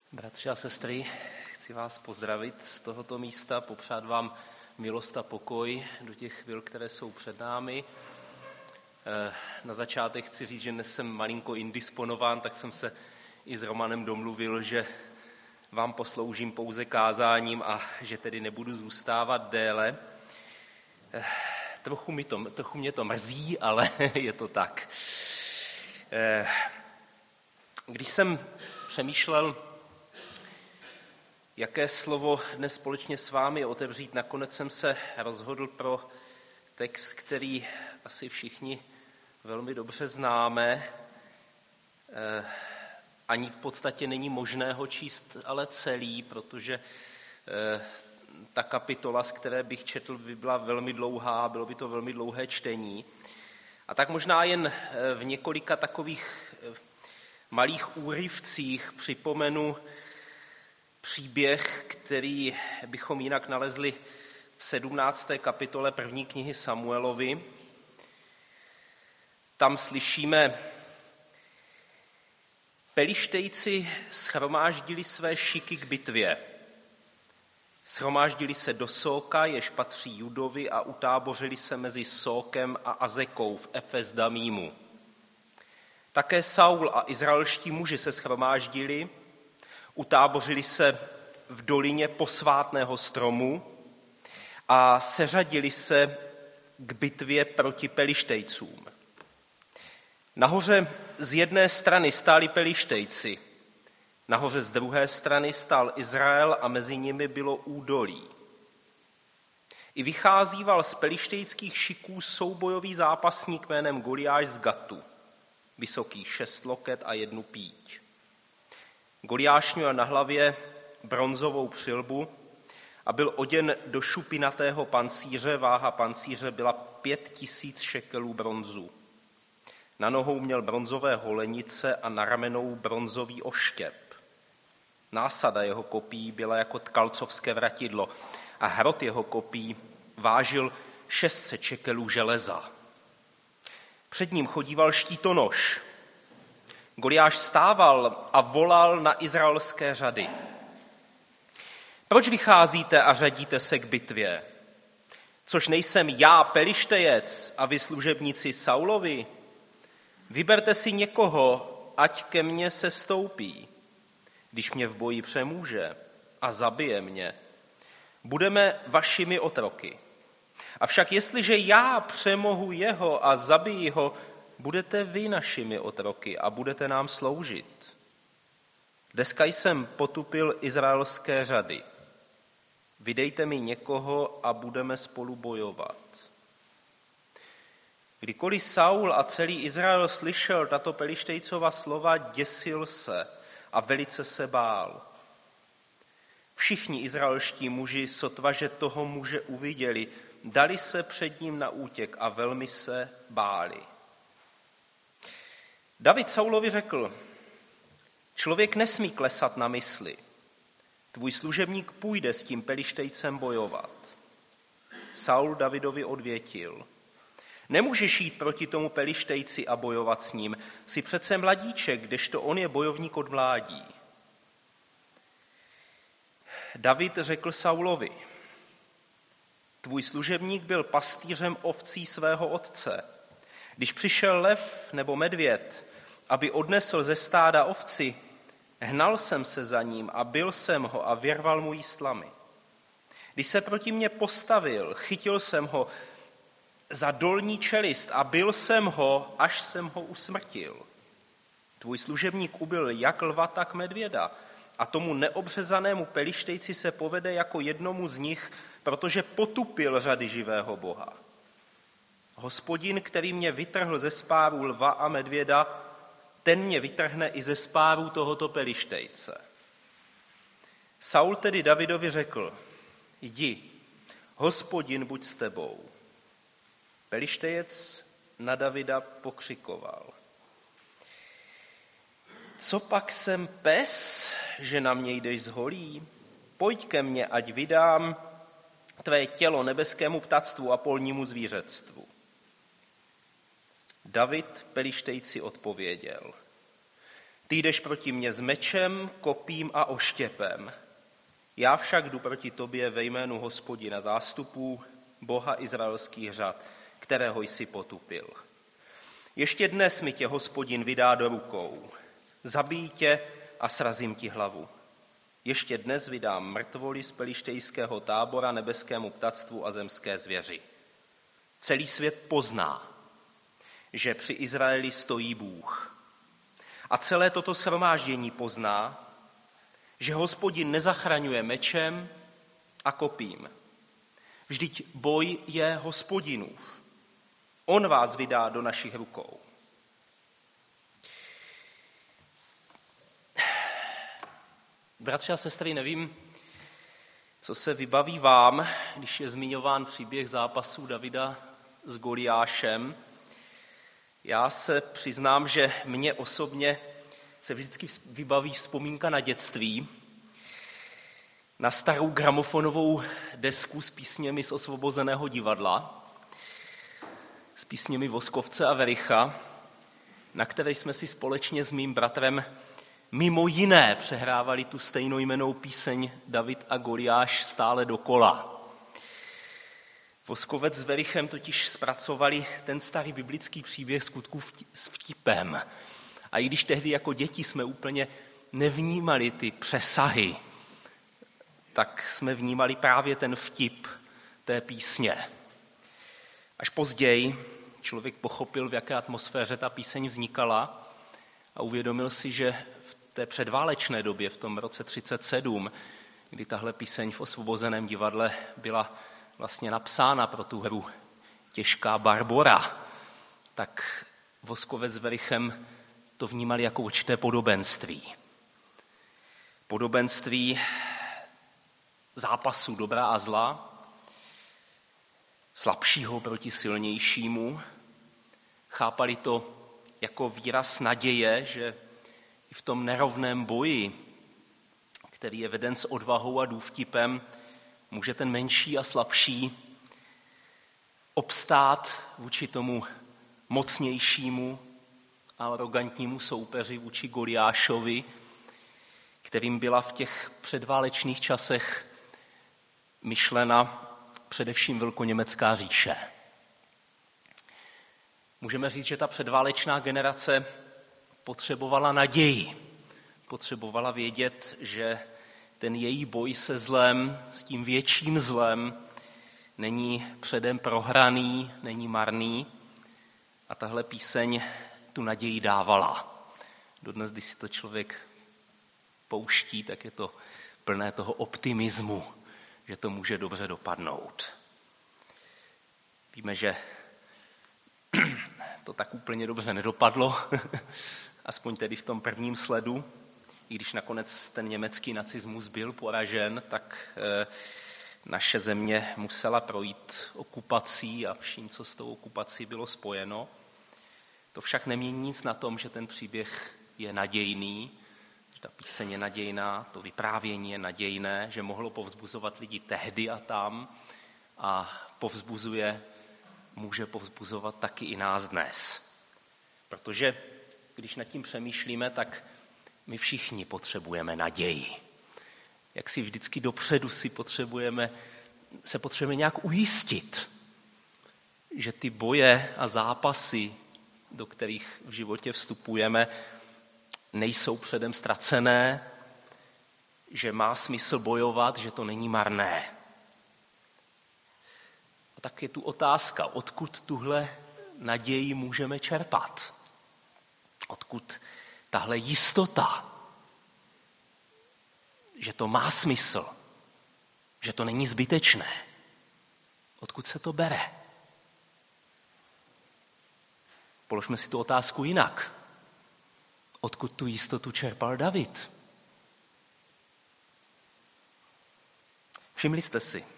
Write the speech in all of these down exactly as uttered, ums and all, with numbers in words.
Bratři a sestry, chci vás pozdravit z tohoto místa, popřát vám milost a pokoj do těch chvil, které jsou před námi. Na začátek chci říct, že dnes jsem malinko indisponován, tak jsem se i s Romanem domluvil, že vám posloužím pouze kázáním a že tedy nebudu zůstávat déle. Trochu, mi to, trochu mě to mrzí, ale je to tak. Když jsem přemýšlel, jaké slovo dnes společně s vámi otevřít, nakonec jsem se rozhodl pro text, který asi všichni velmi dobře známe. Ani v podstatě není možné ho číst ale celý, protože ta kapitola, z které bych četl, by byla velmi dlouhá, bylo by to velmi dlouhé čtení. A tak možná jen v několika takových malých úryvcích připomenu příběh, který bychom jinak nalezli v sedmnácté kapitole první knihy Samuelovi. Tam slyšíme: Pelištejci shromáždili své šiky k bitvě. Shromáždili se do Sóka, jež patří Judovi, a utábořili se mezi Sókem a Azekou v Efes-Damímu. Také Saul a izraelští muži se shromáždili, utábořili se v dolině posvátného stromu a seřadili se k bitvě proti Pelištejcům. Nahoře z jedné strany stáli Pelištejci, nahoře z druhé strany stál Izrael a mezi nimi bylo údolí. I vycházíval z pelištejských šiků soubojový zápasník jménem Goliáš z Gatu, vysoký šest loket a jednu píď. Goliáš měl na hlavě bronzovou přilbu a byl oděn do šupinatého pancíře, váha pancíře byla pět tisíc šekelů bronzu. Na nohou měl bronzové holenice a na ramenou bronzový oštěp. Násada jeho kopí byla jako tkalcovské vratidlo a hrot jeho kopí vážil šest set šekelů železa. Před ním chodíval štítonoš. Goliáš stával a volal na izraelské řady: Proč vycházíte a řadíte se k bitvě? Což nejsem já Pelištejec a vy služebníci Saulovi? Vyberte si někoho, ať ke mně se stoupí, když mě v boji přemůže a zabije mě. Budeme vašimi otroky. Avšak jestliže já přemohu jeho a zabiji ho, budete vy našimi otroky a budete nám sloužit. Dneska jsem potupil izraelské řady. Vydejte mi někoho a budeme spolu bojovat. Kdykoliv Saul a celý Izrael slyšel tato Pelištejcova slova, děsil se a velice se bál. Všichni izraelští muži, sotva že toho muže uviděli, dali se před ním na útěk a velmi se báli. David Saulovi řekl: Člověk nesmí klesat na mysli. Tvůj služebník půjde s tím Pelištejcem bojovat. Saul Davidovi odvětil: Nemůžeš jít proti tomu Pelištejci a bojovat s ním. Jsi přece mladíček, kdežto on je bojovník od mládí. David řekl Saulovi: Tvůj služebník byl pastýřem ovcí svého otce. Když přišel lev nebo medvěd, aby odnesl ze stáda ovci, hnal jsem se za ním a bil jsem ho a vyrval mu jíslami. Když se proti mně postavil, chytil jsem ho za dolní čelist a bil jsem ho, až jsem ho usmrtil. Tvůj služebník ubil jak lva, tak medvěda a tomu neobřezanému Pelištejci se povede jako jednomu z nich, protože potupil řady živého Boha. Hospodin, který mě vytrhl ze spáru lva a medvěda, ten mě vytrhne i ze spáru tohoto Pelištejce. Saul tedy Davidovi řekl: Jdi, Hospodin buď s tebou. Pelištejec na Davida pokřikoval: Co pak jsem pes, že na mě jdeš z holí? Pojď ke mně, ať vydám tvé tělo nebeskému ptactvu a polnímu zvířectvu. David Pelištejci odpověděl: Ty jdeš proti mně s mečem, kopím a oštěpem. Já však jdu proti tobě ve jménu Hospodina zástupů, Boha izraelských řad, kterého jsi potupil. Ještě dnes mi tě Hospodin vydá do rukou. Zabijí tě a srazím ti hlavu. Ještě dnes vydám mrtvoly z pelištejského tábora nebeskému ptactvu a zemské zvěři. Celý svět pozná, že při Izraeli stojí Bůh. A celé toto shromáždění pozná, že Hospodin nezachraňuje mečem a kopím. Vždyť boj je Hospodinův. On vás vydá do našich rukou. Bratři a sestry, nevím, co se vybaví vám, když je zmiňován příběh zápasů Davida s Goliášem. Já se přiznám, že mně osobně se vždycky vybaví vzpomínka na dětství, na starou gramofonovou desku s písněmi z Osvobozeného divadla, s písněmi Voskovce a Vericha, na které jsme si společně s mým bratrem mimo jiné přehrávali tu stejnojmennou píseň David a Goliáš stále dokola. Voskovec s Verichem totiž zpracovali ten starý biblický příběh skutků s vtipem. A i když tehdy jako děti jsme úplně nevnímali ty přesahy, tak jsme vnímali právě ten vtip té písně. Až později člověk pochopil, v jaké atmosféře ta píseň vznikala a uvědomil si, že v té předválečné době, v tom roce třicet sedm, kdy tahle píseň v Osvobozeném divadle byla vlastně napsána pro tu hru Těžká Barbora, tak Voskovec s Verichem to vnímali jako určité podobenství. Podobenství zápasu dobra a zla, slabšího proti silnějšímu. Chápali to jako výraz naděje, že i v tom nerovném boji, který je veden s odvahou a důvtipem, může ten menší a slabší obstát vůči tomu mocnějšímu a arrogantnímu soupeři, vůči Goliášovi, kterým byla v těch předválečných časech myšlena především velkoněmecká říše. Můžeme říct, že ta předválečná generace potřebovala naději. Potřebovala vědět, že ten její boj se zlem, s tím větším zlem, není předem prohraný, není marný. A tahle píseň tu naději dávala. Dodnes, když si to člověk pouští, tak je to plné toho optimismu, že to může dobře dopadnout. Víme, že to tak úplně dobře nedopadlo, aspoň tedy v tom prvním sledu. I když nakonec ten německý nacismus byl poražen, tak naše země musela projít okupací a vším, co s tou okupací bylo spojeno. To však nemění nic na tom, že ten příběh je nadějný, že ta píseň je nadějná, to vyprávění je nadějné, že mohlo povzbuzovat lidi tehdy a tam a povzbuzuje, může povzbuzovat taky i nás dnes. Protože když nad tím přemýšlíme, tak my všichni potřebujeme naději. Jak si vždycky dopředu si potřebujeme, se potřebujeme nějak ujistit, že ty boje a zápasy, do kterých v životě vstupujeme, nejsou předem ztracené, že má smysl bojovat, že to není marné. A tak je tu otázka, odkud tuhle naději můžeme čerpat? Odkud tahle jistota, že to má smysl, že to není zbytečné? Odkud se to bere? Položme si tu otázku jinak. Odkud tu jistotu čerpal David? Všimli jste si,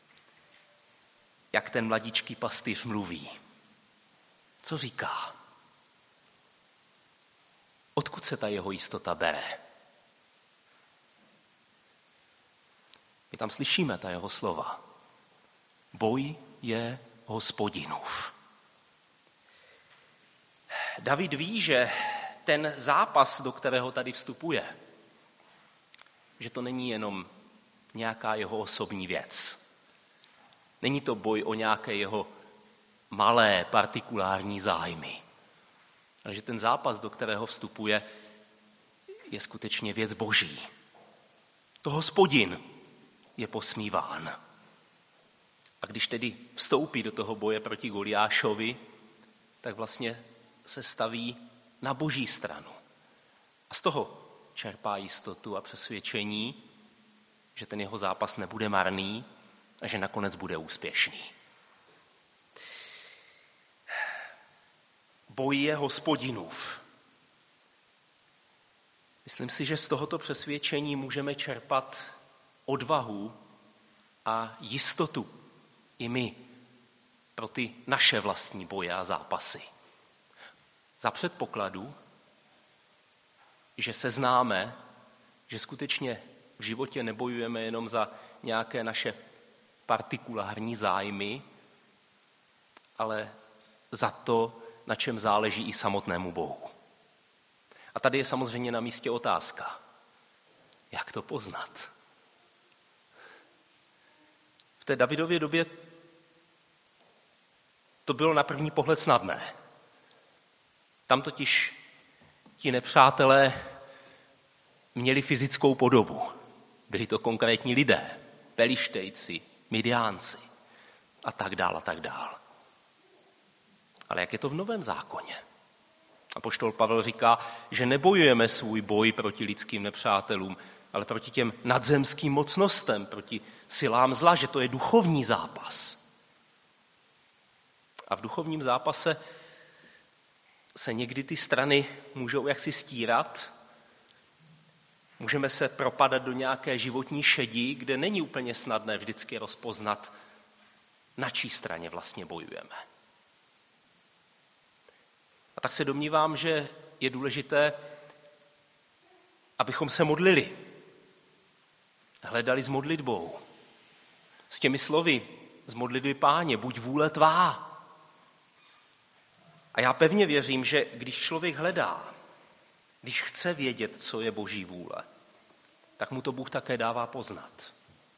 jak ten mladíčký pastýř mluví? Co říká? Odkud se ta jeho jistota bere? My tam slyšíme ta jeho slova. Boj je Hospodinův. David ví, že ten zápas, do kterého tady vstupuje, že to není jenom nějaká jeho osobní věc. Není to boj o nějaké jeho malé partikulární zájmy. Ale že ten zápas, do kterého vstupuje, je skutečně věc boží. To Hospodin je posmíván. A když tedy vstoupí do toho boje proti Goliášovi, tak vlastně se staví na boží stranu. A z toho čerpá jistotu a přesvědčení, že ten jeho zápas nebude marný a že nakonec bude úspěšný. Boj je Hospodinův. Myslím si, že z tohoto přesvědčení můžeme čerpat odvahu a jistotu i my pro ty naše vlastní boje a zápasy. Za předpokladu, že se známe, že skutečně v životě nebojujeme jenom za nějaké naše partikulární zájmy, ale za to, na čem záleží i samotnému Bohu. A tady je samozřejmě na místě otázka. Jak to poznat? V té Davidově době to bylo na první pohled snadné. Tam totiž ti nepřátelé měli fyzickou podobu. Byli to konkrétní lidé, Pelištejci, Midiánci a tak dál a tak dál. Ale jak je to v Novém zákoně? Apoštol Pavel říká, že nebojujeme svůj boj proti lidským nepřátelům, ale proti těm nadzemským mocnostem, proti silám zla, že to je duchovní zápas. A v duchovním zápase se někdy ty strany můžou jaksi stírat. Můžeme se propadat do nějaké životní šedi, kde není úplně snadné vždycky rozpoznat, na čí straně vlastně bojujeme. A tak se domnívám, že je důležité, abychom se modlili. Hledali s modlitbou. S těmi slovy z modlitby Páně, buď vůle tvá. A já pevně věřím, že když člověk hledá, když chce vědět, co je Boží vůle, tak mu to Bůh také dává poznat.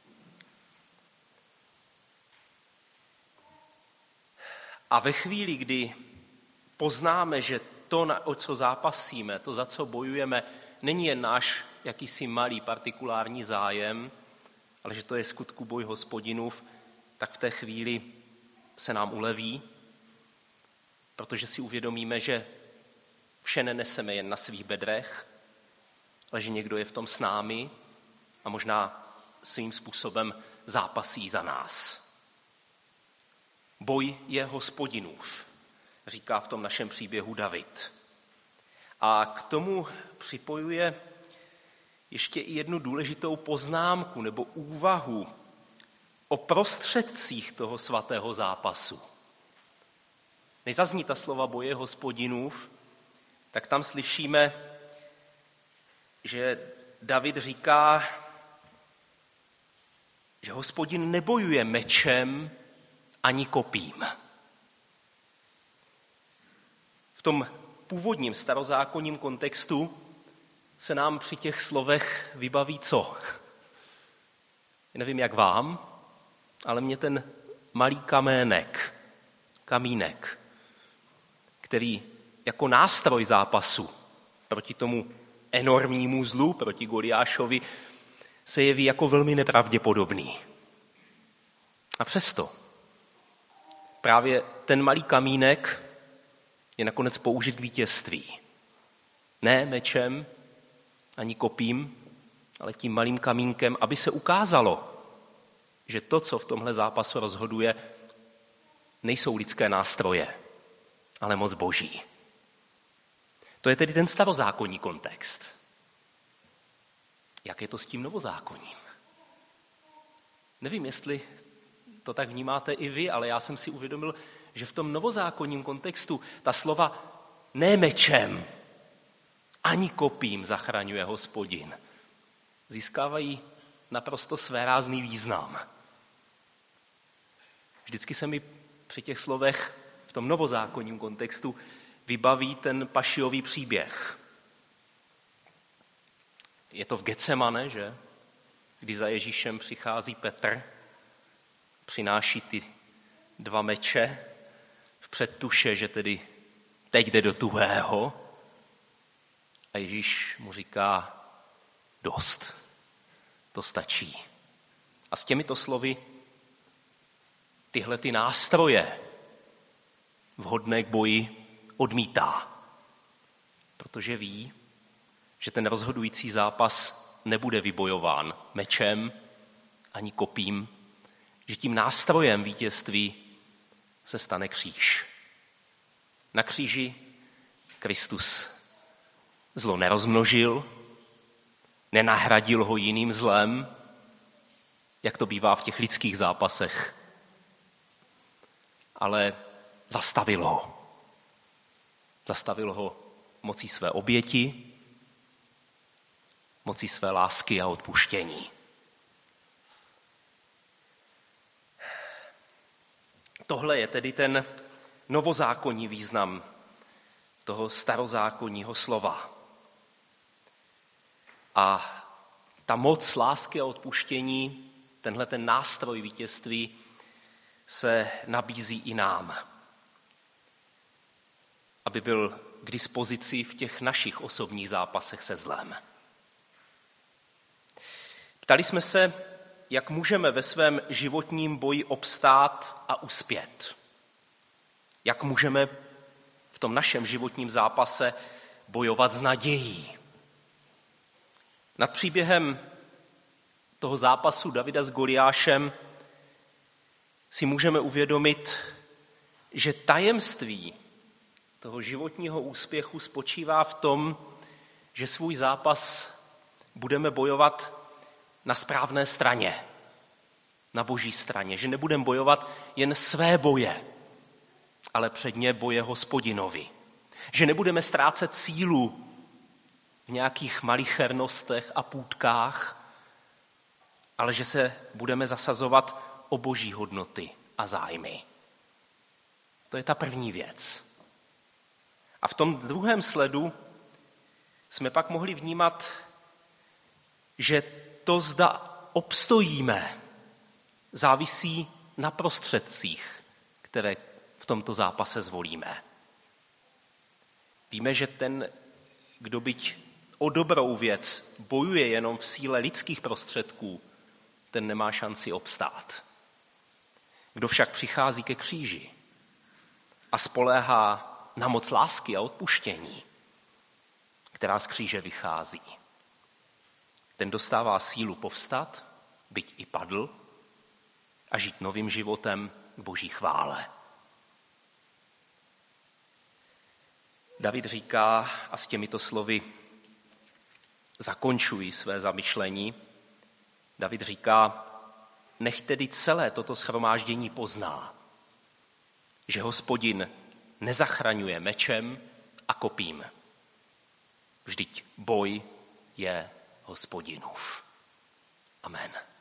A ve chvíli, kdy poznáme, že to, o co zápasíme, to, za co bojujeme, není jen náš jakýsi malý partikulární zájem, ale že to je skutku boj Hospodinův, tak v té chvíli se nám uleví, protože si uvědomíme, že vše neneseme jen na svých bedrech, ale že někdo je v tom s námi a možná svým způsobem zápasí za nás. Boj je Hospodinův, říká v tom našem příběhu David. A k tomu připojuje ještě i jednu důležitou poznámku nebo úvahu o prostředcích toho svatého zápasu. Než zazní ta slova boje Hospodinův, tak tam slyšíme, že David říká, že Hospodin nebojuje mečem ani kopím. V tom původním starozákonním kontextu se nám při těch slovech vybaví co? Já nevím, jak vám, ale mě ten malý kamének, kamínek, který jako nástroj zápasu proti tomu enormnímu zlu, proti Goliášovi, se jeví jako velmi nepravděpodobný. A přesto právě ten malý kamínek je nakonec použit k vítězství. Ne mečem, ani kopím, ale tím malým kamínkem, aby se ukázalo, že to, co v tomhle zápasu rozhoduje, nejsou lidské nástroje, ale moc Boží. To je tedy ten starozákonní kontext. Jak je to s tím novozákonním? Nevím, jestli to tak vnímáte i vy, ale já jsem si uvědomil, že v tom novozákonním kontextu ta slova ne mečem, ani kopím zachraňuje Hospodin, získávají naprosto svérázný význam. Vždycky se mi při těch slovech v tom novozákonním kontextu vybaví ten pašiový příběh. Je to v Getsemane, že? Kdy za Ježíšem přichází Petr, přináší ty dva meče v předtuše, že tedy teď jde do tuhého. A Ježíš mu říká, dost, to stačí. A s těmito slovy tyhle ty nástroje vhodné k boji odmítá. Protože ví, že ten rozhodující zápas nebude vybojován mečem ani kopím, že tím nástrojem vítězství se stane kříž. Na kříži Kristus zlo nerozmnožil, nenahradil ho jiným zlem, jak to bývá v těch lidských zápasech, ale zastavil ho. Zastavil ho mocí své oběti, mocí své lásky a odpuštění. Tohle je tedy ten novozákonní význam toho starozákonního slova. A ta moc lásky a odpuštění, tenhle ten nástroj vítězství se nabízí i nám, aby byl k dispozici v těch našich osobních zápasech se zlem. Ptali jsme se, jak můžeme ve svém životním boji obstát a uspět. Jak můžeme v tom našem životním zápase bojovat s nadějí. Nad příběhem toho zápasu Davida s Goliášem si můžeme uvědomit, že tajemství toho životního úspěchu spočívá v tom, že svůj zápas budeme bojovat na správné straně, na boží straně, že nebudeme bojovat jen své boje, ale předně boje Hospodinovi. Že nebudeme ztrácet sílu v nějakých malichernostech a půtkách, ale že se budeme zasazovat o boží hodnoty a zájmy. To je ta první věc. A v tom druhém sledu jsme pak mohli vnímat, že to, zda obstojíme, závisí na prostředcích, které v tomto zápase zvolíme. Víme, že ten, kdo byť o dobrou věc bojuje jenom v síle lidských prostředků, ten nemá šanci obstát. Kdo však přichází ke kříži a spoléhá na moc lásky a odpuštění, která z kříže vychází, ten dostává sílu povstat, byť i padl, a žít novým životem k boží chvále. David říká, a s těmito slovy zakončují své zamyšlení, David říká, nech tedy celé toto shromáždění pozná, že Hospodin nezachraňuje mečem a kopím. Vždyť boj je Hospodinův. Amen.